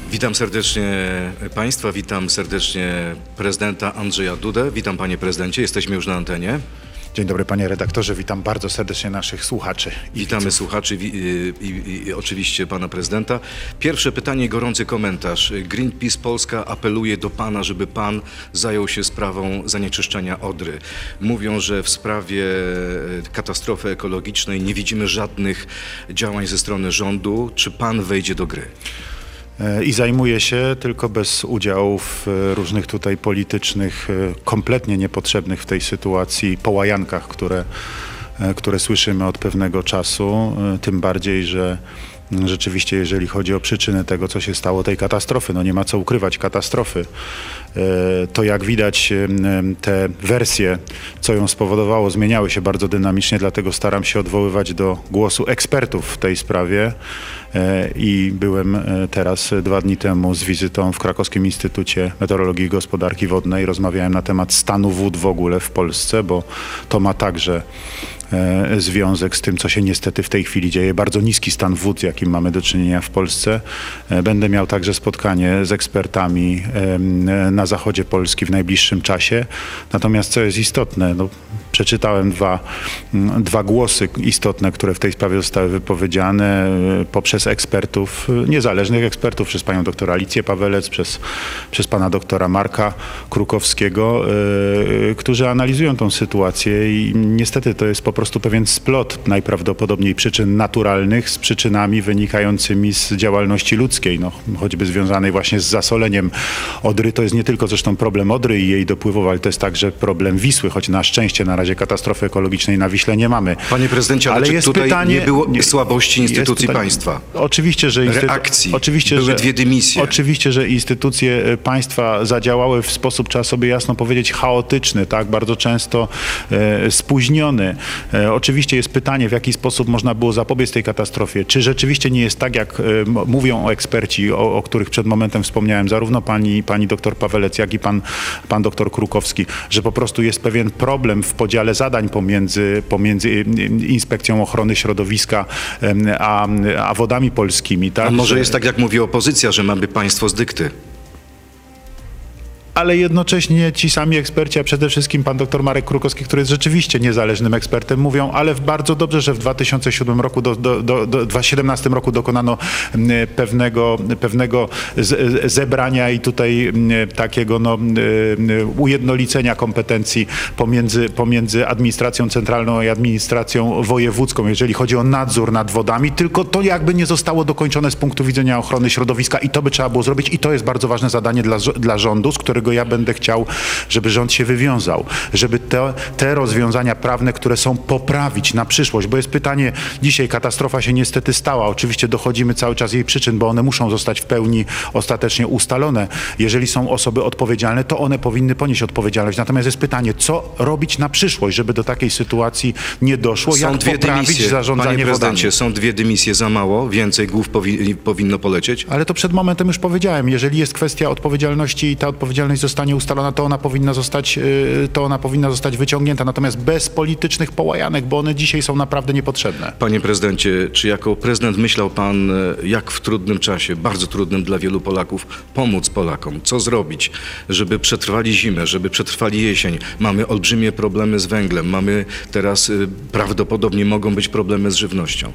Witam serdecznie Państwa, witam serdecznie prezydenta Andrzeja Dudę. Witam Panie Prezydencie, jesteśmy już na antenie. Dzień dobry Panie Redaktorze, witam bardzo serdecznie naszych słuchaczy. Witamy słuchaczy i oczywiście Pana Prezydenta. Pierwsze pytanie, gorący komentarz. Greenpeace Polska apeluje do Pana, żeby Pan zajął się sprawą zanieczyszczenia Odry. Mówią, że w sprawie katastrofy ekologicznej nie widzimy żadnych działań ze strony rządu. Czy Pan wejdzie do gry? I zajmuje się tylko bez udziału w różnych tutaj politycznych, kompletnie niepotrzebnych w tej sytuacji połajankach, które słyszymy od pewnego czasu. Tym bardziej, że rzeczywiście, jeżeli chodzi o przyczyny tego, co się stało, tej katastrofy, no nie ma co ukrywać katastrofy, to jak widać te wersje, co ją spowodowało, zmieniały się bardzo dynamicznie, dlatego staram się odwoływać do głosu ekspertów w tej sprawie i byłem teraz 2 dni temu z wizytą w Krakowskim Instytucie Meteorologii i Gospodarki Wodnej. Rozmawiałem na temat stanu wód w ogóle w Polsce, bo to ma także związek z tym, co się niestety w tej chwili dzieje. Bardzo niski stan wód, z jakim mamy do czynienia w Polsce. Będę miał także spotkanie z ekspertami na zachodzie Polski w najbliższym czasie. Natomiast co jest istotne, no, przeczytałem dwa głosy istotne, które w tej sprawie zostały wypowiedziane poprzez ekspertów, niezależnych ekspertów, przez panią doktor Alicję Pawelec, przez pana doktora Marka Krukowskiego, którzy analizują tą sytuację i niestety to jest po prostu pewien splot najprawdopodobniej przyczyn naturalnych z przyczynami wynikającymi z działalności ludzkiej, no, choćby związanej właśnie z zasoleniem Odry. To jest nie tylko zresztą problem Odry i jej dopływów, ale to jest także problem Wisły, choć na szczęście na razie katastrofy ekologicznej na Wiśle nie mamy. Panie prezydencie, ale czy jest tutaj pytanie, nie było słabości instytucji państwa? Oczywiście, że reakcji. Były 2 dymisje. Oczywiście, że instytucje państwa zadziałały w sposób, trzeba sobie jasno powiedzieć, chaotyczny, tak, bardzo często spóźniony. Oczywiście jest pytanie, w jaki sposób można było zapobiec tej katastrofie. Czy rzeczywiście nie jest tak, jak mówią eksperci, o których przed momentem wspomniałem, zarówno pani doktor Pawelec, jak i pan doktor Krukowski, że po prostu jest pewien problem w podziale zadań pomiędzy Inspekcją Ochrony Środowiska a wodami polskimi. Tak? A może jest tak, jak mówi opozycja, że mamy państwo z dykty? Ale jednocześnie ci sami eksperci, a przede wszystkim pan dr Marek Krukowski, który jest rzeczywiście niezależnym ekspertem, mówią, ale bardzo dobrze, że w 2007 roku, 2017 roku dokonano pewnego zebrania i tutaj takiego ujednolicenia kompetencji pomiędzy administracją centralną i administracją wojewódzką, jeżeli chodzi o nadzór nad wodami, tylko to jakby nie zostało dokończone z punktu widzenia ochrony środowiska i to by trzeba było zrobić i to jest bardzo ważne zadanie dla rządu, z którego ja będę chciał, żeby rząd się wywiązał, żeby te rozwiązania prawne, które są, poprawić na przyszłość, bo jest pytanie, dzisiaj katastrofa się niestety stała, oczywiście dochodzimy cały czas jej przyczyn, bo one muszą zostać w pełni ostatecznie ustalone. Jeżeli są osoby odpowiedzialne, to one powinny ponieść odpowiedzialność. Natomiast jest pytanie, co robić na przyszłość, żeby do takiej sytuacji nie doszło, jak poprawić zarządzanie wodami. Panie prezydencie, są 2 dymisje za mało, więcej głów powinno polecieć? Ale to przed momentem już powiedziałem, jeżeli jest kwestia odpowiedzialności i ta odpowiedzialność zostanie ustalona, to ona powinna zostać wyciągnięta, natomiast bez politycznych połajanek, bo one dzisiaj są naprawdę niepotrzebne. Panie prezydencie, czy jako prezydent myślał pan, jak w trudnym czasie, bardzo trudnym dla wielu Polaków, pomóc Polakom? Co zrobić, żeby przetrwali zimę, żeby przetrwali jesień? Mamy olbrzymie problemy z węglem, mamy teraz prawdopodobnie mogą być problemy z żywnością.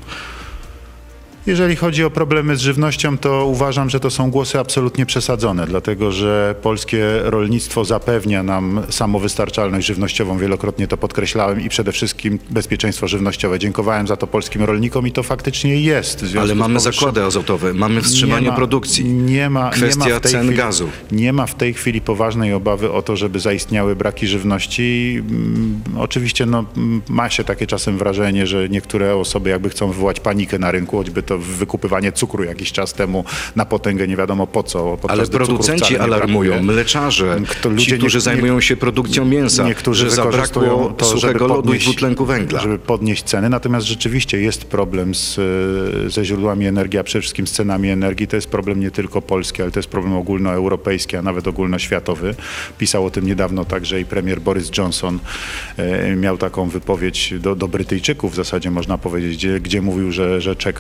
Jeżeli chodzi o problemy z żywnością, to uważam, że to są głosy absolutnie przesadzone, dlatego że polskie rolnictwo zapewnia nam samowystarczalność żywnościową, wielokrotnie to podkreślałem, i przede wszystkim bezpieczeństwo żywnościowe. Dziękowałem za to polskim rolnikom i to faktycznie jest. Ale mamy zakłady azotowe, mamy wstrzymanie produkcji, kwestia cen gazu. Nie ma w tej chwili poważnej obawy o to, żeby zaistniały braki żywności. Oczywiście ma się takie czasem wrażenie, że niektóre osoby jakby chcą wywołać panikę na rynku, choćby to wykupywanie cukru jakiś czas temu na potęgę, nie wiadomo po co. Ale producenci alarmują, mleczarze, ci, którzy zajmują się produkcją mięsa, że zabrakło suchego lodu i dwutlenku węgla. Żeby podnieść ceny, natomiast rzeczywiście jest problem ze źródłami energii, a przede wszystkim z cenami energii. To jest problem nie tylko polski, ale to jest problem ogólnoeuropejski, a nawet ogólnoświatowy. Pisał o tym niedawno także i premier Boris Johnson. Miał taką wypowiedź do Brytyjczyków w zasadzie, można powiedzieć, gdzie mówił, że czeka ich kryzys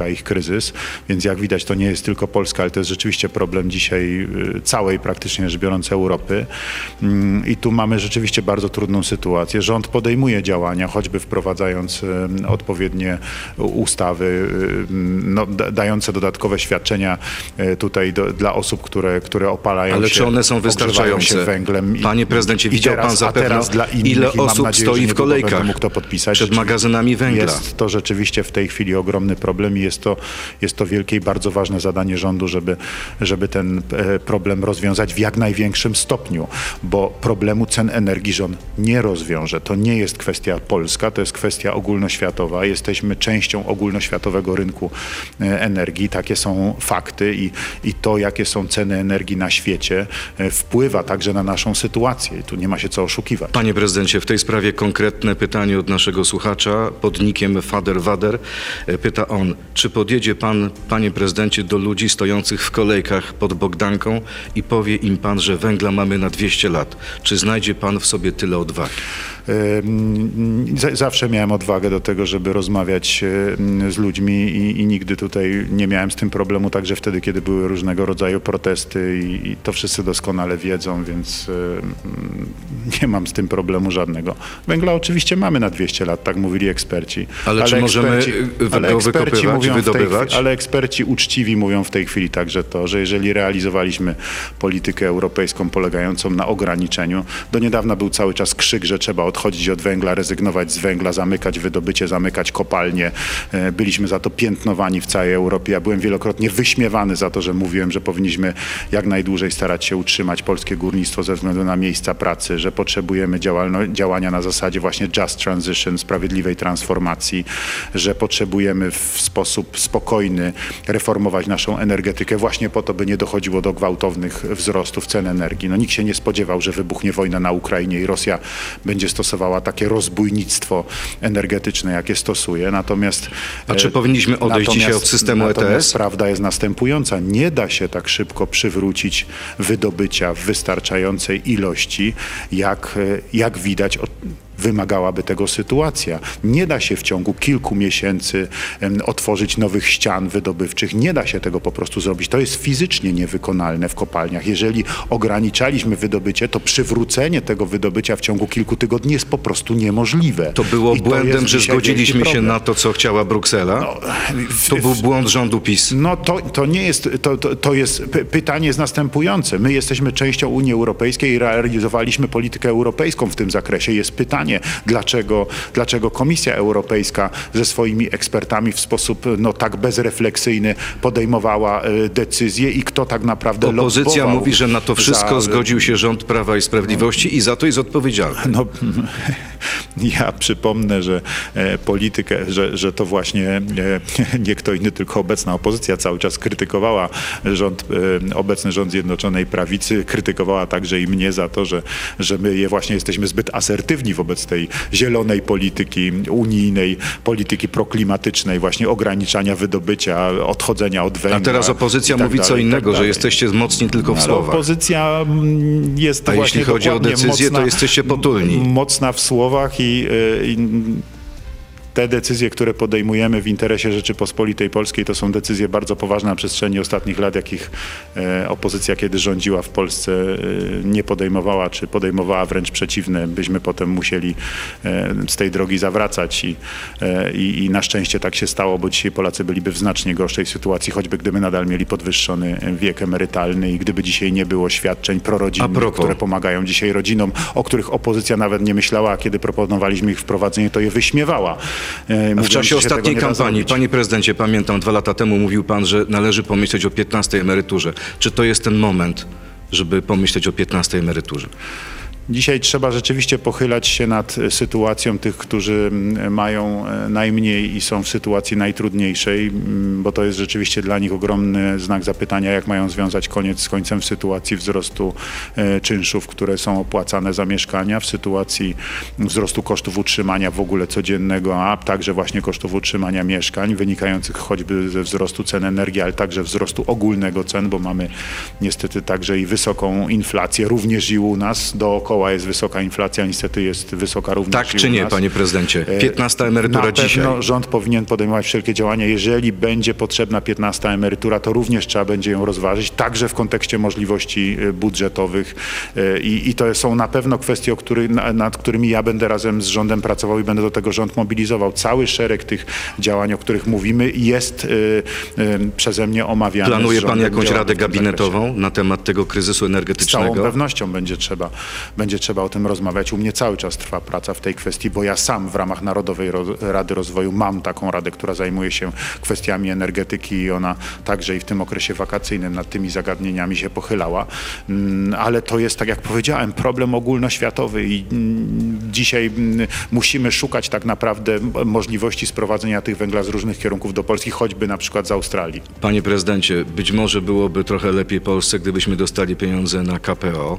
kryzys, więc jak widać to nie jest tylko Polska, ale to jest rzeczywiście problem dzisiaj całej praktycznie rzecz biorąc Europy. I tu mamy rzeczywiście bardzo trudną sytuację. Rząd podejmuje działania, choćby wprowadzając odpowiednie ustawy, no, dające dodatkowe świadczenia tutaj dla osób, które opalają ale się, czy one są ogrzewają wystarczające? się węglem. Panie prezydencie, widział pan zapewne, ile osób stoi w kolejkach mógł to podpisać. przed magazynami węgla? Jest to rzeczywiście w tej chwili ogromny problem i jest to wielkie i bardzo ważne zadanie rządu, żeby ten problem rozwiązać w jak największym stopniu, bo problemu cen energii rząd nie rozwiąże. To nie jest kwestia polska, to jest kwestia ogólnoświatowa. Jesteśmy częścią ogólnoświatowego rynku energii. Takie są fakty i to, jakie są ceny energii na świecie, wpływa także na naszą sytuację. I tu nie ma się co oszukiwać. Panie prezydencie, w tej sprawie konkretne pytanie od naszego słuchacza pod nickiem Fader Wader. Pyta on, czy podjedzie pan, panie prezydencie, do ludzi stojących w kolejkach pod Bogdanką i powie im pan, że węgla mamy na 200 lat? Czy znajdzie pan w sobie tyle odwagi? Zawsze miałem odwagę do tego, żeby rozmawiać z ludźmi i nigdy tutaj nie miałem z tym problemu, także wtedy, kiedy były różnego rodzaju protesty i to wszyscy doskonale wiedzą, więc nie mam z tym problemu żadnego. Węgla oczywiście mamy na 200 lat, tak mówili eksperci. Ale czy możemy go wykopywać, wydobywać? Ale eksperci uczciwi mówią w tej chwili także to, że jeżeli realizowaliśmy politykę europejską polegającą na ograniczeniu, do niedawna był cały czas krzyk, że trzeba odchodzić od węgla, rezygnować z węgla, zamykać wydobycie, zamykać kopalnie. Byliśmy za to piętnowani w całej Europie. Ja byłem wielokrotnie wyśmiewany za to, że mówiłem, że powinniśmy jak najdłużej starać się utrzymać polskie górnictwo ze względu na miejsca pracy, że potrzebujemy działania na zasadzie właśnie just transition, sprawiedliwej transformacji, że potrzebujemy w sposób spokojny reformować naszą energetykę właśnie po to, by nie dochodziło do gwałtownych wzrostów cen energii. No, nikt się nie spodziewał, że wybuchnie wojna na Ukrainie i Rosja będzie stosowała takie rozbójnictwo energetyczne, jakie stosuje. Natomiast... A czy powinniśmy odejść dzisiaj od systemu ETS? Natomiast prawda jest następująca. Nie da się tak szybko przywrócić wydobycia w wystarczającej ilości, jak widać wymagałaby tego sytuacja. Nie da się w ciągu kilku miesięcy otworzyć nowych ścian wydobywczych. Nie da się tego po prostu zrobić. To jest fizycznie niewykonalne w kopalniach. Jeżeli ograniczaliśmy wydobycie, to przywrócenie tego wydobycia w ciągu kilku tygodni jest po prostu niemożliwe. To było błędem, że zgodziliśmy się na to, co chciała Bruksela? No, to był błąd rządu PiS. No to nie jest, to jest, pytanie jest następujące. My jesteśmy częścią Unii Europejskiej i realizowaliśmy politykę europejską w tym zakresie. Jest pytanie, dlaczego Komisja Europejska ze swoimi ekspertami w sposób tak bezrefleksyjny podejmowała decyzje i kto tak naprawdę Opozycja mówi, że na to wszystko zgodził się rząd Prawa i Sprawiedliwości i za to jest odpowiedzialny. No, ja przypomnę, że politykę, że to właśnie nie kto inny, tylko obecna opozycja cały czas krytykowała obecny rząd Zjednoczonej Prawicy, krytykowała także i mnie za to, że my właśnie jesteśmy zbyt asertywni wobec tej zielonej polityki unijnej, polityki proklimatycznej, właśnie ograniczania wydobycia, odchodzenia od węgla. A teraz opozycja mówi co innego, że jesteście mocni tylko w słowach. Opozycja jest właśnie jeśli chodzi o decyzję, to jesteście potulni. Mocna w słowach i te decyzje, które podejmujemy w interesie Rzeczypospolitej Polskiej, to są decyzje bardzo poważne na przestrzeni ostatnich lat, jakich opozycja, kiedy rządziła w Polsce, nie podejmowała, czy podejmowała wręcz przeciwne. Byśmy potem musieli z tej drogi zawracać i na szczęście tak się stało, bo dzisiaj Polacy byliby w znacznie gorszej sytuacji, choćby gdyby nadal mieli podwyższony wiek emerytalny i gdyby dzisiaj nie było świadczeń prorodzinnych, które pomagają dzisiaj rodzinom, o których opozycja nawet nie myślała, a kiedy proponowaliśmy ich wprowadzenie, to je wyśmiewała. W czasie ostatniej kampanii, panie prezydencie, pamiętam 2 lata temu mówił pan, że należy pomyśleć o 15 emeryturze. Czy to jest ten moment, żeby pomyśleć o 15 emeryturze? Dzisiaj trzeba rzeczywiście pochylać się nad sytuacją tych, którzy mają najmniej i są w sytuacji najtrudniejszej, bo to jest rzeczywiście dla nich ogromny znak zapytania, jak mają związać koniec z końcem w sytuacji wzrostu czynszów, które są opłacane za mieszkania, w sytuacji wzrostu kosztów utrzymania w ogóle codziennego, a także właśnie kosztów utrzymania mieszkań, wynikających choćby ze wzrostu cen energii, ale także wzrostu ogólnego cen, bo mamy niestety także i wysoką inflację, również i u nas dookoła dookoła jest wysoka inflacja, niestety jest wysoka również Tak i czy u nie, nas. panie prezydencie? 15 emerytura Na dzisiaj. pewno rząd powinien podejmować wszelkie działania. Jeżeli będzie potrzebna 15 emerytura, to również trzeba będzie ją rozważyć, także w kontekście możliwości budżetowych. I to są na pewno kwestie, nad którymi ja będę razem z rządem pracował i będę do tego rząd mobilizował. Cały szereg tych działań, o których mówimy, jest przeze mnie omawiany. Planuje pan jakąś radę zakresie. gabinetową na temat tego kryzysu Z całą energetycznego? pewnością będzie trzeba o tym rozmawiać. U mnie cały czas trwa praca w tej kwestii, bo ja sam w ramach Narodowej Rady Rozwoju mam taką radę, która zajmuje się kwestiami energetyki i ona także i w tym okresie wakacyjnym nad tymi zagadnieniami się pochylała. Ale to jest, tak jak powiedziałem, problem ogólnoświatowy i dzisiaj musimy szukać tak naprawdę możliwości sprowadzenia tych węgla z różnych kierunków do Polski, choćby na przykład z Australii. Panie prezydencie, być może byłoby trochę lepiej Polsce, gdybyśmy dostali pieniądze na KPO.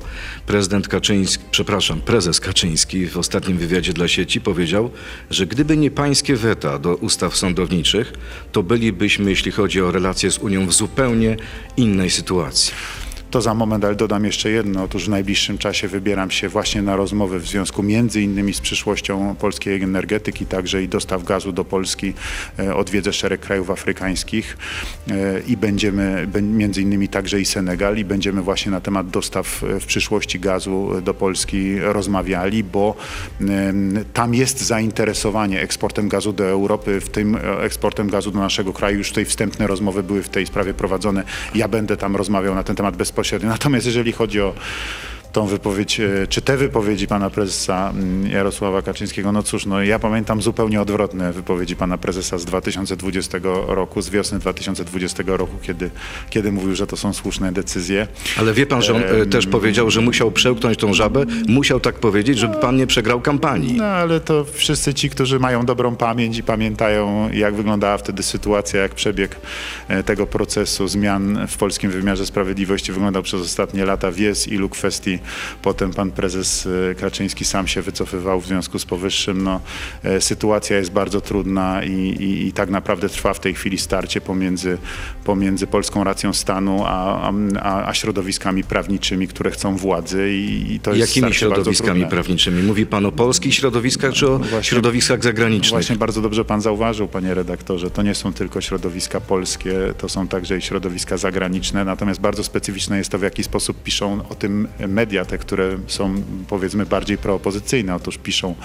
Prezes Kaczyński w ostatnim wywiadzie dla sieci powiedział, że gdyby nie pańskie weta do ustaw sądowniczych, to bylibyśmy, jeśli chodzi o relacje z Unią, w zupełnie innej sytuacji. To za moment, ale dodam jeszcze jedno. Otóż w najbliższym czasie wybieram się właśnie na rozmowy w związku między innymi z przyszłością polskiej energetyki, także i dostaw gazu do Polski. Odwiedzę szereg krajów afrykańskich i będziemy między innymi także i Senegal i będziemy właśnie na temat dostaw w przyszłości gazu do Polski rozmawiali, bo tam jest zainteresowanie eksportem gazu do Europy, w tym eksportem gazu do naszego kraju. Już tutaj wstępne rozmowy były w tej sprawie prowadzone. Ja będę tam rozmawiał na ten temat bezpośrednio. Natomiast jeżeli chodzi o tą wypowiedź, czy te wypowiedzi pana prezesa Jarosława Kaczyńskiego, no cóż, no ja pamiętam zupełnie odwrotne wypowiedzi pana prezesa z 2020 roku, z wiosny 2020 roku, kiedy mówił, że to są słuszne decyzje. Ale wie pan, że on też powiedział, że musiał przełknąć tą żabę, musiał tak powiedzieć, żeby pan nie przegrał kampanii. No ale to wszyscy ci, którzy mają dobrą pamięć i pamiętają, jak wyglądała wtedy sytuacja, jak przebieg tego procesu zmian w polskim wymiarze sprawiedliwości wyglądał przez ostatnie lata, wie z ilu kwestii potem pan prezes Kaczyński sam się wycofywał w związku z powyższym. No, sytuacja jest bardzo trudna i tak naprawdę trwa w tej chwili starcie pomiędzy polską racją stanu a środowiskami prawniczymi, które chcą władzy i to jest Jakimi starcie bardzo środowiskami trudne. prawniczymi? Mówi pan o polskich środowiskach czy o środowiskach zagranicznych? Właśnie bardzo dobrze pan zauważył, panie redaktorze, to nie są tylko środowiska polskie, to są także i środowiska zagraniczne, natomiast bardzo specyficzne jest to, w jaki sposób piszą o tym media, te, które są powiedzmy bardziej proopozycyjne. Otóż piszą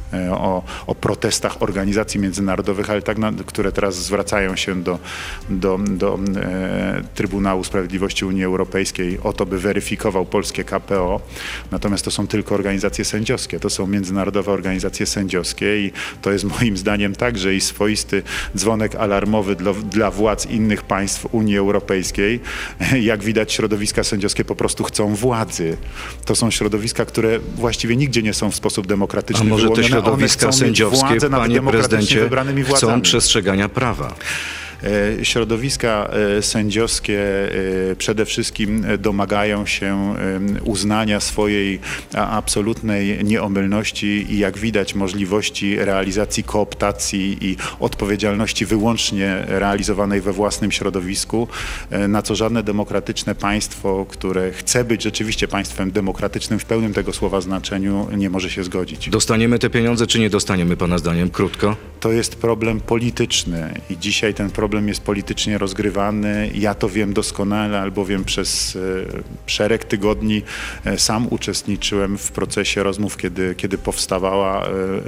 o protestach organizacji międzynarodowych, ale tak, które teraz zwracają się do Trybunału Sprawiedliwości Unii Europejskiej o to, by weryfikował polskie KPO. Natomiast to są tylko organizacje sędziowskie, to są międzynarodowe organizacje sędziowskie i to jest moim zdaniem także i swoisty dzwonek alarmowy dla władz innych państw Unii Europejskiej. Jak widać, środowiska sędziowskie po prostu chcą władzy. To są środowiska, które właściwie nigdzie nie są w sposób demokratyczny A może te wyłonione. środowiska sędziowskie, panie prezydencie, chcą przestrzegania prawa? Środowiska sędziowskie przede wszystkim domagają się uznania swojej absolutnej nieomylności i jak widać możliwości realizacji kooptacji i odpowiedzialności wyłącznie realizowanej we własnym środowisku, na co żadne demokratyczne państwo, które chce być rzeczywiście państwem demokratycznym w pełnym tego słowa znaczeniu, nie może się zgodzić. Dostaniemy te pieniądze, czy nie dostaniemy, pana zdaniem? Krótko. To jest problem polityczny i dzisiaj ten problem jest politycznie rozgrywany. Ja to wiem doskonale, albowiem przez szereg tygodni sam uczestniczyłem w procesie rozmów, kiedy powstawała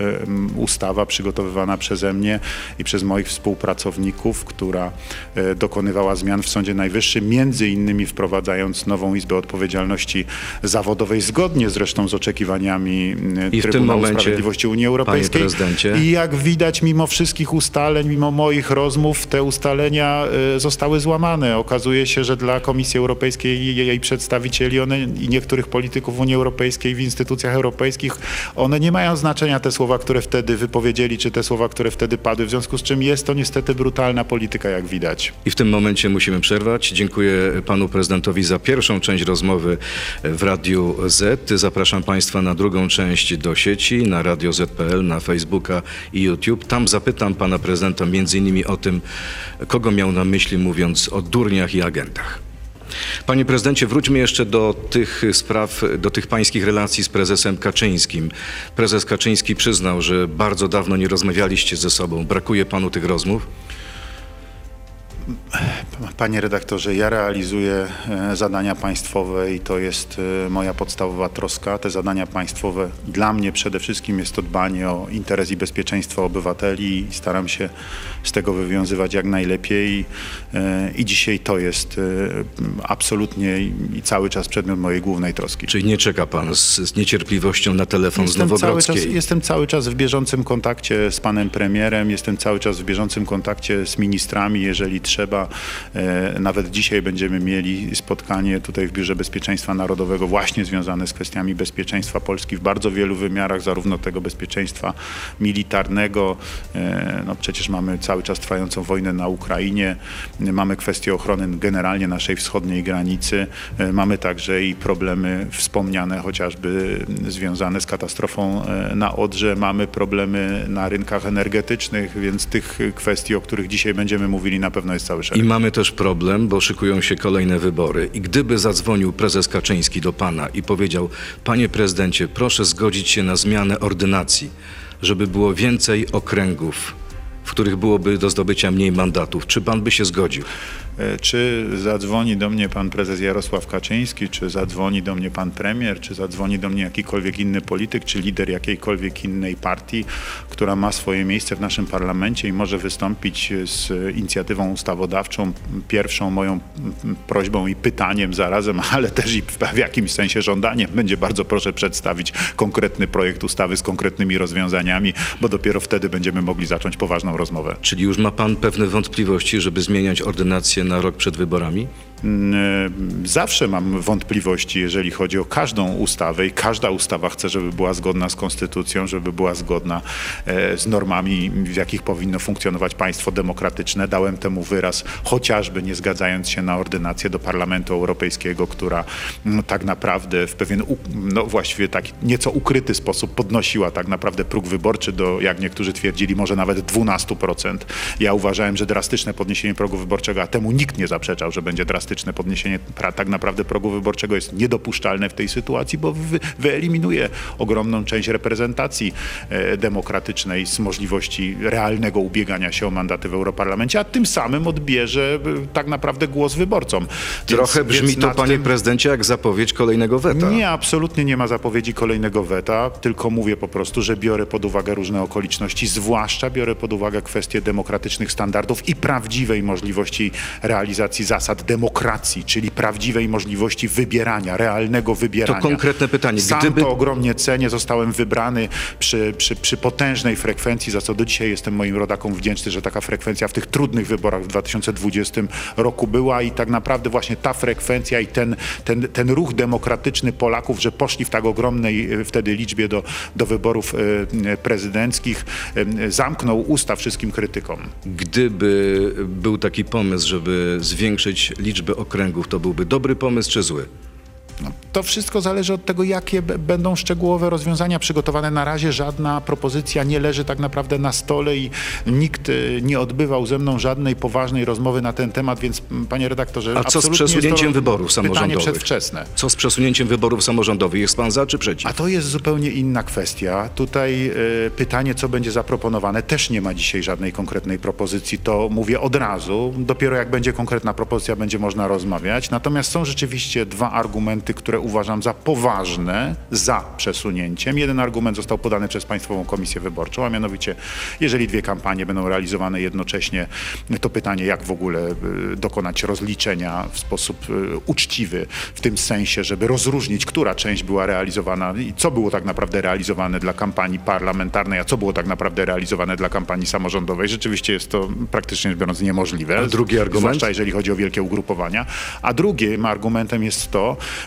ustawa przygotowywana przeze mnie i przez moich współpracowników, która dokonywała zmian w Sądzie Najwyższym, między innymi wprowadzając nową Izbę Odpowiedzialności Zawodowej, zgodnie zresztą z oczekiwaniami Trybunału Sprawiedliwości Unii Europejskiej. I jak widać, mimo wszystkich ustaleń, mimo moich rozmów, te ustalenia zostały złamane. Okazuje się, że dla Komisji Europejskiej i jej przedstawicieli i niektórych polityków Unii Europejskiej w instytucjach europejskich, one nie mają znaczenia, te słowa, które wtedy wypowiedzieli, czy te słowa, które wtedy padły, w związku z czym jest to niestety brutalna polityka, jak widać. I w tym momencie musimy przerwać. Dziękuję panu prezydentowi za pierwszą część rozmowy w Radiu Z. Zapraszam państwa na drugą część do sieci, na Radio Z.pl, na Facebooka i YouTube. Tam zapytam pana prezydenta między innymi o tym, kogo miał na myśli, mówiąc o durniach i agentach. Panie prezydencie, wróćmy jeszcze do tych spraw, do tych pańskich relacji z prezesem Kaczyńskim. Prezes Kaczyński przyznał, że bardzo dawno nie rozmawialiście ze sobą. Brakuje panu tych rozmów? Panie redaktorze, ja realizuję zadania państwowe i to jest moja podstawowa troska. Te zadania państwowe dla mnie przede wszystkim jest to dbanie o interes i bezpieczeństwo obywateli i staram się z tego wywiązywać jak najlepiej i dzisiaj to jest absolutnie i cały czas przedmiot mojej głównej troski. Czyli nie czeka pan z niecierpliwością na telefon z Nowogrodzkiej? Jestem cały czas w bieżącym kontakcie z panem premierem, jestem cały czas w bieżącym kontakcie z ministrami, jeżeli trzeba. Nawet dzisiaj będziemy mieli spotkanie tutaj w Biurze Bezpieczeństwa Narodowego właśnie związane z kwestiami bezpieczeństwa Polski w bardzo wielu wymiarach, zarówno tego bezpieczeństwa militarnego, no przecież mamy cały czas trwającą wojnę na Ukrainie, mamy kwestię ochrony generalnie naszej wschodniej granicy, mamy także i problemy wspomniane chociażby związane z katastrofą na Odrze, mamy problemy na rynkach energetycznych, więc tych kwestii, o których dzisiaj będziemy mówili, na pewno jest cały szereg. I mamy też problem, bo szykują się kolejne wybory. I gdyby zadzwonił prezes Kaczyński do pana i powiedział: panie prezydencie, proszę zgodzić się na zmianę ordynacji, żeby było więcej okręgów, w których byłoby do zdobycia mniej mandatów, czy pan by się zgodził? Czy zadzwoni do mnie pan prezes Jarosław Kaczyński, czy zadzwoni do mnie pan premier, czy zadzwoni do mnie jakikolwiek inny polityk, czy lider jakiejkolwiek innej partii, która ma swoje miejsce w naszym parlamencie i może wystąpić z inicjatywą ustawodawczą, pierwszą moją prośbą i pytaniem zarazem, ale też i w jakimś sensie żądaniem, będzie: bardzo proszę przedstawić konkretny projekt ustawy z konkretnymi rozwiązaniami, bo dopiero wtedy będziemy mogli zacząć poważną rozmowę. Czyli już ma pan pewne wątpliwości, żeby zmieniać ordynację na rok przed wyborami? Zawsze mam wątpliwości, jeżeli chodzi o każdą ustawę i każda ustawa chce, żeby była zgodna z konstytucją, żeby była zgodna z normami, w jakich powinno funkcjonować państwo demokratyczne. Dałem temu wyraz, chociażby nie zgadzając się na ordynację do Parlamentu Europejskiego, która tak naprawdę w pewien, no właściwie taki nieco ukryty sposób podnosiła tak naprawdę próg wyborczy do, jak niektórzy twierdzili, może nawet 12%. Ja uważałem, że drastyczne podniesienie progu wyborczego, a temu nikt nie zaprzeczał, że będzie drastyczne podniesienie tak naprawdę progu wyborczego, jest niedopuszczalne w tej sytuacji, bo wyeliminuje ogromną część reprezentacji demokratycznej z możliwości realnego ubiegania się o mandaty w Europarlamencie, a tym samym odbierze tak naprawdę głos wyborcom. Trochę brzmi to, panie prezydencie, jak zapowiedź kolejnego weta. Nie, absolutnie nie ma zapowiedzi kolejnego weta, tylko mówię po prostu, że biorę pod uwagę różne okoliczności, zwłaszcza biorę pod uwagę kwestie demokratycznych standardów i prawdziwej możliwości realizacji zasad demokracji, czyli prawdziwej możliwości wybierania, realnego wybierania. To konkretne pytanie. Sam to ogromnie cenię, zostałem wybrany przy potężnej frekwencji, za co do dzisiaj jestem moim rodakom wdzięczny, że taka frekwencja w tych trudnych wyborach w 2020 roku była i tak naprawdę właśnie ta frekwencja i ten ruch demokratyczny Polaków, że poszli w tak ogromnej wtedy liczbie do wyborów prezydenckich, zamknął usta wszystkim krytykom. Gdyby był taki pomysł, żeby zwiększyć liczbę okręgów, to byłby dobry pomysł czy zły? No, to wszystko zależy od tego, jakie będą szczegółowe rozwiązania przygotowane. Na razie żadna propozycja nie leży tak naprawdę na stole i nikt nie odbywał ze mną żadnej poważnej rozmowy na ten temat, więc panie redaktorze, a co z przesunięciem wyborów samorządowych? Pytanie przedwczesne. Co z przesunięciem wyborów samorządowych? Jest pan za czy przeciw? A to jest zupełnie inna kwestia. Tutaj pytanie, co będzie zaproponowane, też nie ma dzisiaj żadnej konkretnej propozycji. To mówię od razu. Dopiero jak będzie konkretna propozycja, będzie można rozmawiać. Natomiast są rzeczywiście dwa argumenty, które uważam za poważne, za przesunięciem. Jeden argument został podany przez Państwową Komisję Wyborczą, a mianowicie, jeżeli dwie kampanie będą realizowane jednocześnie, to pytanie, jak w ogóle dokonać rozliczenia w sposób uczciwy, w tym sensie, żeby rozróżnić, która część była realizowana i co było tak naprawdę realizowane dla kampanii parlamentarnej, a co było tak naprawdę realizowane dla kampanii samorządowej. Rzeczywiście jest to praktycznie biorąc niemożliwe. A drugi argument? Zwłaszcza jeżeli chodzi o wielkie ugrupowania. A drugim argumentem jest to, że proszę Państwa,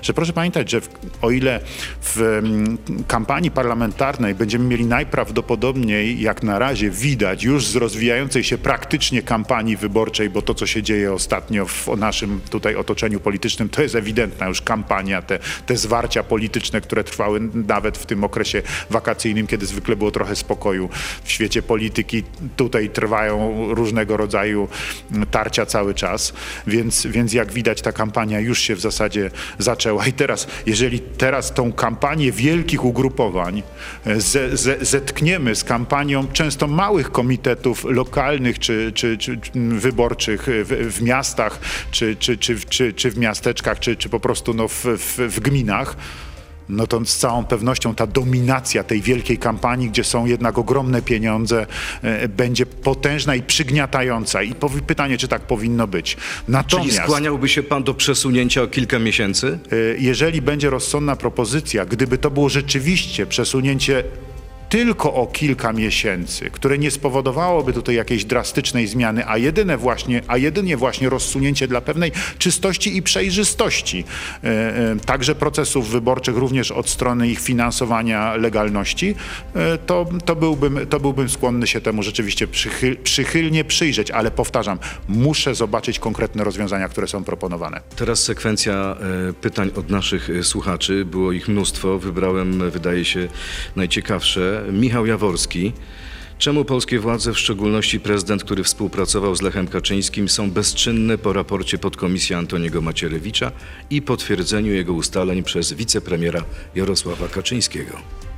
pamiętać, że o ile w kampanii parlamentarnej będziemy mieli najprawdopodobniej, jak na razie widać, już z rozwijającej się praktycznie kampanii wyborczej, bo to, co się dzieje ostatnio w naszym tutaj otoczeniu politycznym, to jest ewidentna już kampania, te zwarcia polityczne, które trwały nawet w tym okresie wakacyjnym, kiedy zwykle było trochę spokoju w świecie polityki. Tutaj trwają różnego rodzaju tarcia cały czas, więc jak widać, ta kampania już się w zasadzie zaczęła i teraz, jeżeli teraz tą kampanię wielkich ugrupowań zetkniemy z kampanią często małych komitetów lokalnych czy wyborczych w miastach, czy w miasteczkach, czy po prostu w gminach, no to z całą pewnością ta dominacja tej wielkiej kampanii, gdzie są jednak ogromne pieniądze, będzie potężna i przygniatająca. I pytanie, czy tak powinno być. Natomiast, czyli skłaniałby się pan do przesunięcia o kilka miesięcy? Jeżeli będzie rozsądna propozycja, gdyby to było rzeczywiście przesunięcie tylko o kilka miesięcy, które nie spowodowałoby tutaj jakiejś drastycznej zmiany, a jedynie właśnie rozsunięcie dla pewnej czystości i przejrzystości także procesów wyborczych, również od strony ich finansowania, legalności, to byłbym skłonny się temu rzeczywiście przychylnie przyjrzeć, ale powtarzam, muszę zobaczyć konkretne rozwiązania, które są proponowane. Teraz sekwencja pytań od naszych słuchaczy. Było ich mnóstwo. Wybrałem, wydaje się, najciekawsze. Michał Jaworski. Czemu polskie władze, w szczególności prezydent, który współpracował z Lechem Kaczyńskim, są bezczynne po raporcie podkomisji Antoniego Macierewicza i potwierdzeniu jego ustaleń przez wicepremiera Jarosława Kaczyńskiego?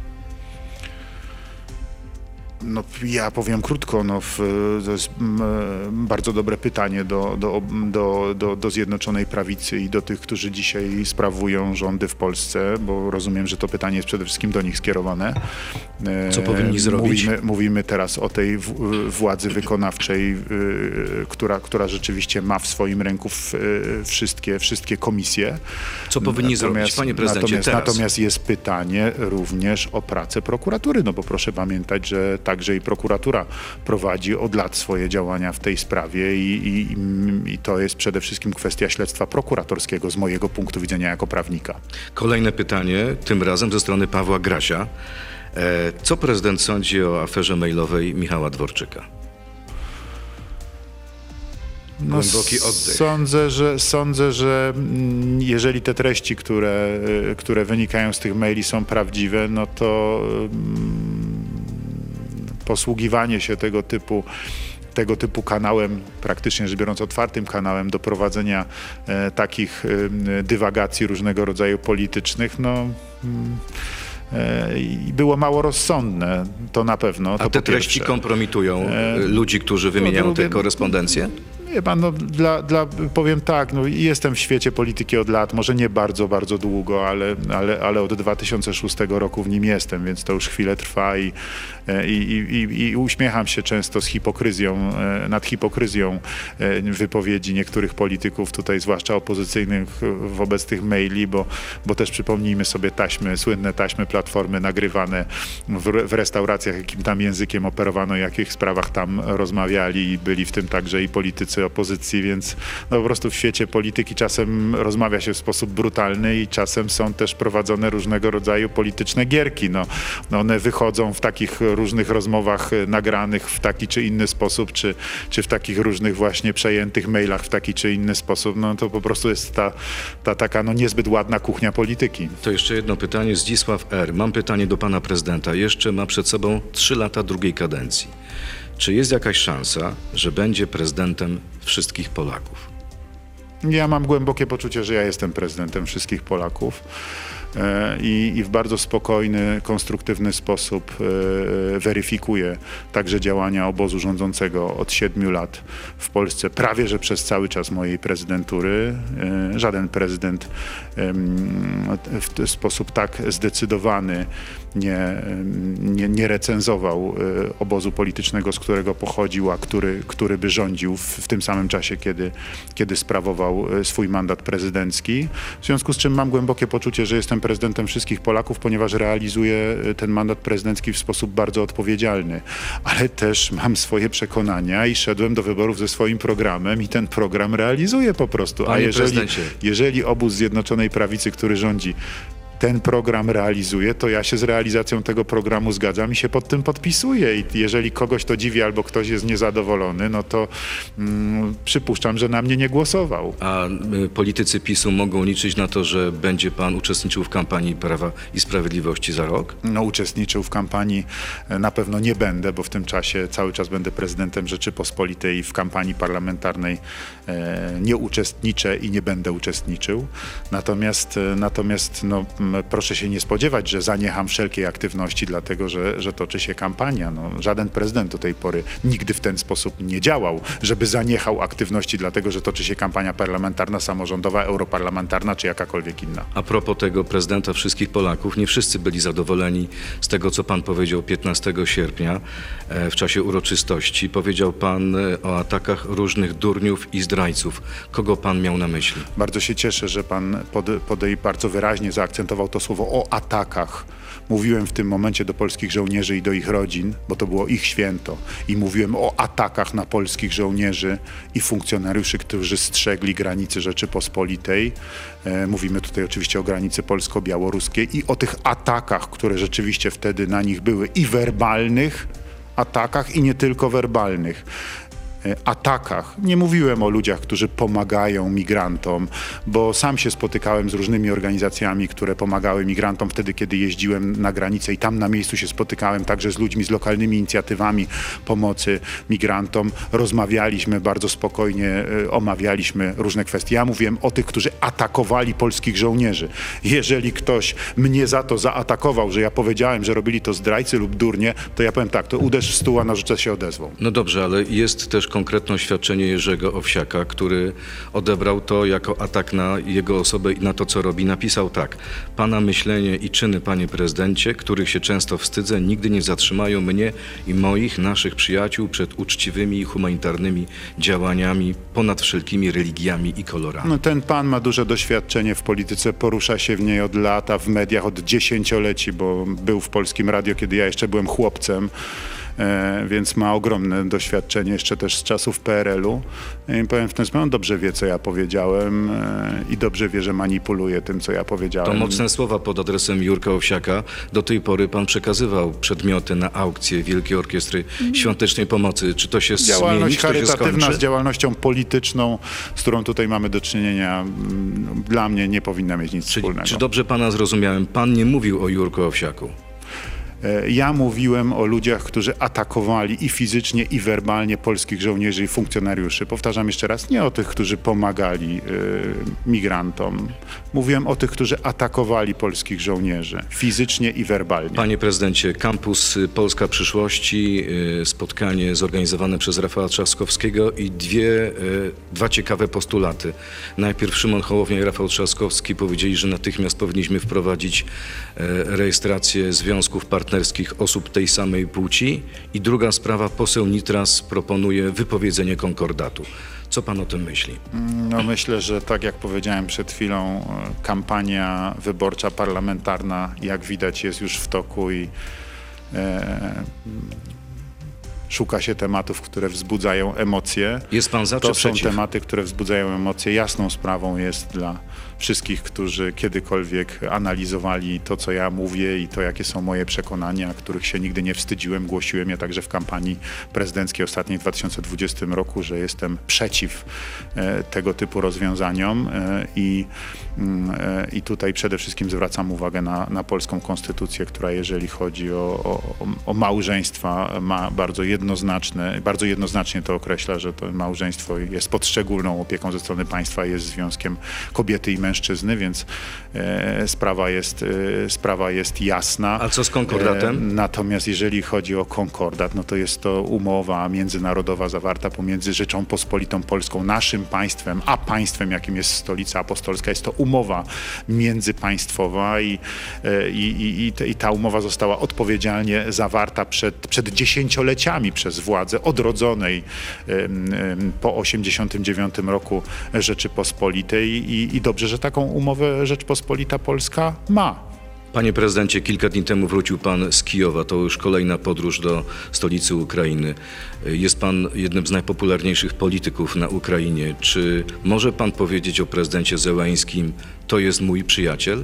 No, ja powiem krótko, to jest bardzo dobre pytanie do Zjednoczonej Prawicy i do tych, którzy dzisiaj sprawują rządy w Polsce, bo rozumiem, że to pytanie jest przede wszystkim do nich skierowane. Co powinni zrobić? Mówimy teraz o tej władzy wykonawczej, która rzeczywiście ma w swoim ręku wszystkie komisje. Co powinni zrobić, panie prezydencie, teraz? Natomiast jest pytanie również o pracę prokuratury, no bo proszę pamiętać, że także i prokuratura prowadzi od lat swoje działania w tej sprawie i to jest przede wszystkim kwestia śledztwa prokuratorskiego z mojego punktu widzenia jako prawnika. Kolejne pytanie, tym razem ze strony Pawła Grasia. Co prezydent sądzi o aferze mailowej Michała Dworczyka? Głęboki oddech. Sądzę, że jeżeli te treści, które wynikają z tych maili, są prawdziwe, no to posługiwanie się tego typu kanałem, praktycznie rzecz biorąc otwartym kanałem do prowadzenia takich dywagacji różnego rodzaju politycznych, było mało rozsądne, to na pewno. A te treści kompromitują ludzi, którzy wymieniają tę korespondencję? Wie pan, powiem tak, jestem w świecie polityki od lat, może nie bardzo, bardzo długo, ale od 2006 roku w nim jestem, więc to już chwilę trwa i uśmiecham się często nad hipokryzją wypowiedzi niektórych polityków, tutaj zwłaszcza opozycyjnych, wobec tych maili, bo też przypomnijmy sobie słynne taśmy Platformy nagrywane w restauracjach, jakim tam językiem operowano, jakich sprawach tam rozmawiali i byli w tym także i politycy opozycji, więc po prostu w świecie polityki czasem rozmawia się w sposób brutalny i czasem są też prowadzone różnego rodzaju polityczne gierki. One wychodzą w takich różnych rozmowach nagranych w taki czy inny sposób, czy w takich różnych właśnie przejętych mailach w taki czy inny sposób. To po prostu jest ta taka niezbyt ładna kuchnia polityki. To jeszcze jedno pytanie. Zdzisław R. Mam pytanie do pana prezydenta. Jeszcze ma przed sobą 3 lata drugiej kadencji. Czy jest jakaś szansa, że będzie prezydentem wszystkich Polaków? Ja mam głębokie poczucie, że ja jestem prezydentem wszystkich Polaków i w bardzo spokojny, konstruktywny sposób weryfikuję także działania obozu rządzącego od 7 lat w Polsce, prawie że przez cały czas mojej prezydentury. Żaden prezydent w sposób tak zdecydowany nie recenzował obozu politycznego, z którego pochodził, a który by rządził w tym samym czasie, kiedy sprawował realizował swój mandat prezydencki. W związku z czym mam głębokie poczucie, że jestem prezydentem wszystkich Polaków, ponieważ realizuję ten mandat prezydencki w sposób bardzo odpowiedzialny. Ale też mam swoje przekonania i szedłem do wyborów ze swoim programem i ten program realizuję po prostu. Panie A jeżeli obóz Zjednoczonej Prawicy, który rządzi, ten program realizuje, to ja się z realizacją tego programu zgadzam i się pod tym podpisuję. I jeżeli kogoś to dziwi albo ktoś jest niezadowolony, no to przypuszczam, że na mnie nie głosował. A politycy PiS-u mogą liczyć na to, że będzie pan uczestniczył w kampanii Prawa i Sprawiedliwości za rok? No, uczestniczył w kampanii na pewno nie będę, bo w tym czasie cały czas będę prezydentem Rzeczypospolitej i w kampanii parlamentarnej nie uczestniczę i nie będę uczestniczył. Natomiast no, proszę się nie spodziewać, że zaniecham wszelkiej aktywności, dlatego że toczy się kampania. No, żaden prezydent do tej pory nigdy w ten sposób nie działał, żeby zaniechał aktywności, dlatego że toczy się kampania parlamentarna, samorządowa, europarlamentarna czy jakakolwiek inna. A propos tego prezydenta wszystkich Polaków, nie wszyscy byli zadowoleni z tego, co pan powiedział 15 sierpnia w czasie uroczystości. Powiedział pan o atakach różnych durniów i zdrajców. Kogo pan miał na myśli? Bardzo się cieszę, że pan bardzo wyraźnie zaakcentował to słowo o atakach. Mówiłem w tym momencie do polskich żołnierzy i do ich rodzin, bo to było ich święto. I mówiłem o atakach na polskich żołnierzy i funkcjonariuszy, którzy strzegli granicy Rzeczypospolitej. Mówimy tutaj oczywiście o granicy polsko-białoruskiej i o tych atakach, które rzeczywiście wtedy na nich były i werbalnych atakach i nie tylko werbalnych. Atakach. Nie mówiłem o ludziach, którzy pomagają migrantom, bo sam się spotykałem z różnymi organizacjami, które pomagały migrantom wtedy, kiedy jeździłem na granicę i tam na miejscu się spotykałem także z ludźmi, z lokalnymi inicjatywami pomocy migrantom. Rozmawialiśmy bardzo spokojnie, omawialiśmy różne kwestie. Ja mówiłem o tych, którzy atakowali polskich żołnierzy. Jeżeli ktoś mnie za to zaatakował, że ja powiedziałem, że robili to zdrajcy lub durnie, to ja powiem tak, to uderz w stół, a nożyce się odezwą. No dobrze, ale jest też konkretne oświadczenie Jerzego Owsiaka, który odebrał to jako atak na jego osobę i na to, co robi. Napisał tak: pana myślenie i czyny, panie prezydencie, których się często wstydzę, nigdy nie zatrzymają mnie i moich, naszych przyjaciół przed uczciwymi i humanitarnymi działaniami ponad wszelkimi religiami i kolorami. No, ten pan ma duże doświadczenie w polityce, porusza się w niej od lata, w mediach od dziesięcioleci, bo był w Polskim Radio, kiedy ja jeszcze byłem chłopcem. Więc ma ogromne doświadczenie jeszcze też z czasów PRL-u. I powiem w ten sposób, on dobrze wie, co ja powiedziałem i dobrze wie, że manipuluje tym, co ja powiedziałem. To mocne słowa pod adresem Jurka Owsiaka. Do tej pory pan przekazywał przedmioty na aukcję Wielkiej Orkiestry Świątecznej Pomocy. Czy to się zmieni? Działalność Czy to się charytatywna skończy? z działalnością polityczną, z którą tutaj mamy do czynienia, dla mnie nie powinna mieć nic wspólnego. Czy dobrze pana zrozumiałem? Pan nie mówił o Jurku Owsiaku. Ja mówiłem o ludziach, którzy atakowali i fizycznie, i werbalnie polskich żołnierzy i funkcjonariuszy. Powtarzam jeszcze raz, nie o tych, którzy pomagali migrantom. Mówiłem o tych, którzy atakowali polskich żołnierzy fizycznie i werbalnie. Panie prezydencie, kampus Polska Przyszłości, spotkanie zorganizowane przez Rafała Trzaskowskiego i dwa ciekawe postulaty. Najpierw Szymon Hołownia i Rafał Trzaskowski powiedzieli, że natychmiast powinniśmy wprowadzić rejestrację związków partnerskich osób tej samej płci. I druga sprawa, poseł Nitras proponuje wypowiedzenie konkordatu. Co pan o tym myśli? No myślę, że tak jak powiedziałem przed chwilą, kampania wyborcza parlamentarna, jak widać, jest już w toku i szuka się tematów, które wzbudzają emocje. Jest pan za czy To przeciw? są tematy, które wzbudzają emocje. Jasną sprawą jest dla wszystkich, którzy kiedykolwiek analizowali to, co ja mówię i to, jakie są moje przekonania, których się nigdy nie wstydziłem. Głosiłem je także w kampanii prezydenckiej ostatniej w 2020 roku, że jestem przeciw tego typu rozwiązaniom i tutaj przede wszystkim zwracam uwagę na polską konstytucję, która jeżeli chodzi o małżeństwa ma bardzo jednoznacznie to określa, że to małżeństwo jest pod szczególną opieką ze strony państwa, jest związkiem kobiety i mężczyzny, więc sprawa jest jasna. A co z konkordatem? Natomiast jeżeli chodzi o konkordat, no to jest to umowa międzynarodowa zawarta pomiędzy Rzecząpospolitą Polską, naszym państwem, a państwem, jakim jest Stolica Apostolska. Jest to umowa międzypaństwowa i ta umowa została odpowiedzialnie zawarta przed dziesięcioleciami. nami przez władzę odrodzonej po 1989 roku Rzeczypospolitej i dobrze, że taką umowę Rzeczpospolita Polska ma. Panie prezydencie, kilka dni temu wrócił pan z Kijowa. To już kolejna podróż do stolicy Ukrainy. Jest pan jednym z najpopularniejszych polityków na Ukrainie. Czy może pan powiedzieć o prezydencie Zełeńskim, to jest mój przyjaciel?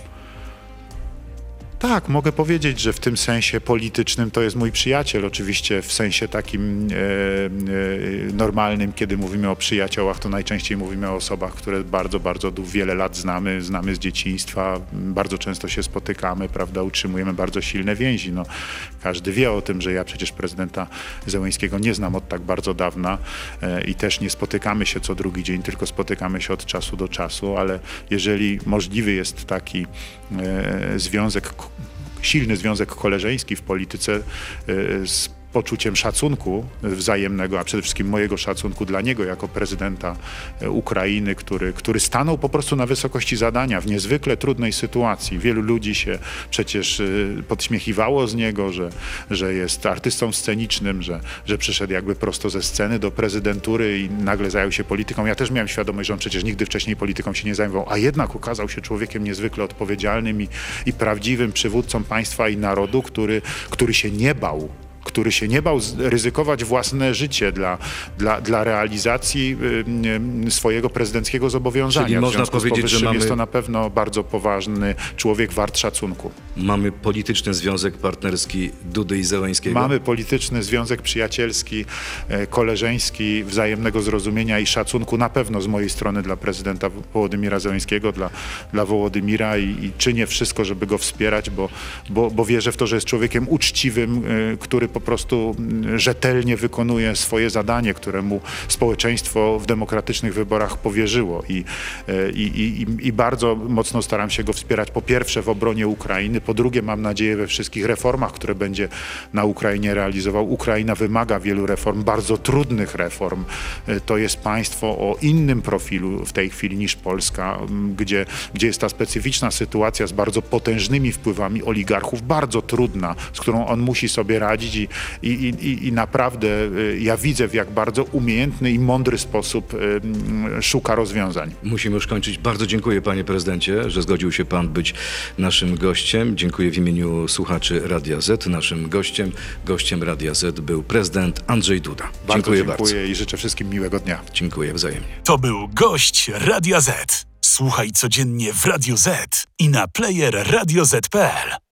Tak, mogę powiedzieć, że w tym sensie politycznym to jest mój przyjaciel. Oczywiście w sensie takim normalnym, kiedy mówimy o przyjaciołach, to najczęściej mówimy o osobach, które bardzo wiele lat znamy z dzieciństwa, bardzo często się spotykamy, prawda, utrzymujemy bardzo silne więzi. No, każdy wie o tym, że ja przecież prezydenta Zełeńskiego nie znam od tak bardzo dawna i też nie spotykamy się co drugi dzień, tylko spotykamy się od czasu do czasu, ale jeżeli możliwy jest taki silny związek koleżeński w polityce z poczuciem szacunku wzajemnego, a przede wszystkim mojego szacunku dla niego jako prezydenta Ukrainy, który stanął po prostu na wysokości zadania w niezwykle trudnej sytuacji. Wielu ludzi się przecież podśmiechiwało z niego, że jest artystą scenicznym, że przyszedł jakby prosto ze sceny do prezydentury i nagle zajął się polityką. Ja też miałem świadomość, że on przecież nigdy wcześniej polityką się nie zajmował, a jednak okazał się człowiekiem niezwykle odpowiedzialnym i prawdziwym przywódcą państwa i narodu, który się nie bał ryzykować własne życie dla realizacji swojego prezydenckiego zobowiązania. Czyli można powiedzieć, że jest to na pewno bardzo poważny człowiek wart szacunku. Mamy polityczny związek partnerski Dudy i Zełeńskiego? Mamy polityczny związek przyjacielski, koleżeński, wzajemnego zrozumienia i szacunku na pewno z mojej strony dla prezydenta Wołodymira Zełeńskiego, dla Wołodymira i czynię wszystko, żeby go wspierać, bo wierzę w to, że jest człowiekiem uczciwym, który po prostu rzetelnie wykonuje swoje zadanie, które mu społeczeństwo w demokratycznych wyborach powierzyło i bardzo mocno staram się go wspierać, po pierwsze w obronie Ukrainy, po drugie mam nadzieję we wszystkich reformach, które będzie na Ukrainie realizował. Ukraina wymaga wielu reform, bardzo trudnych reform. To jest państwo o innym profilu w tej chwili niż Polska, gdzie jest ta specyficzna sytuacja z bardzo potężnymi wpływami oligarchów, bardzo trudna, z którą on musi sobie radzić i naprawdę ja widzę, w jak bardzo umiejętny i mądry sposób szuka rozwiązań. Musimy już kończyć. Bardzo dziękuję, panie prezydencie, że zgodził się pan być naszym gościem. Dziękuję w imieniu słuchaczy Radia Z. Naszym gościem Radia Z był prezydent Andrzej Duda. Dziękuję bardzo i życzę wszystkim miłego dnia. Dziękuję wzajemnie. To był gość Radia Z. Słuchaj codziennie w Radio Z i na player radioz.pl.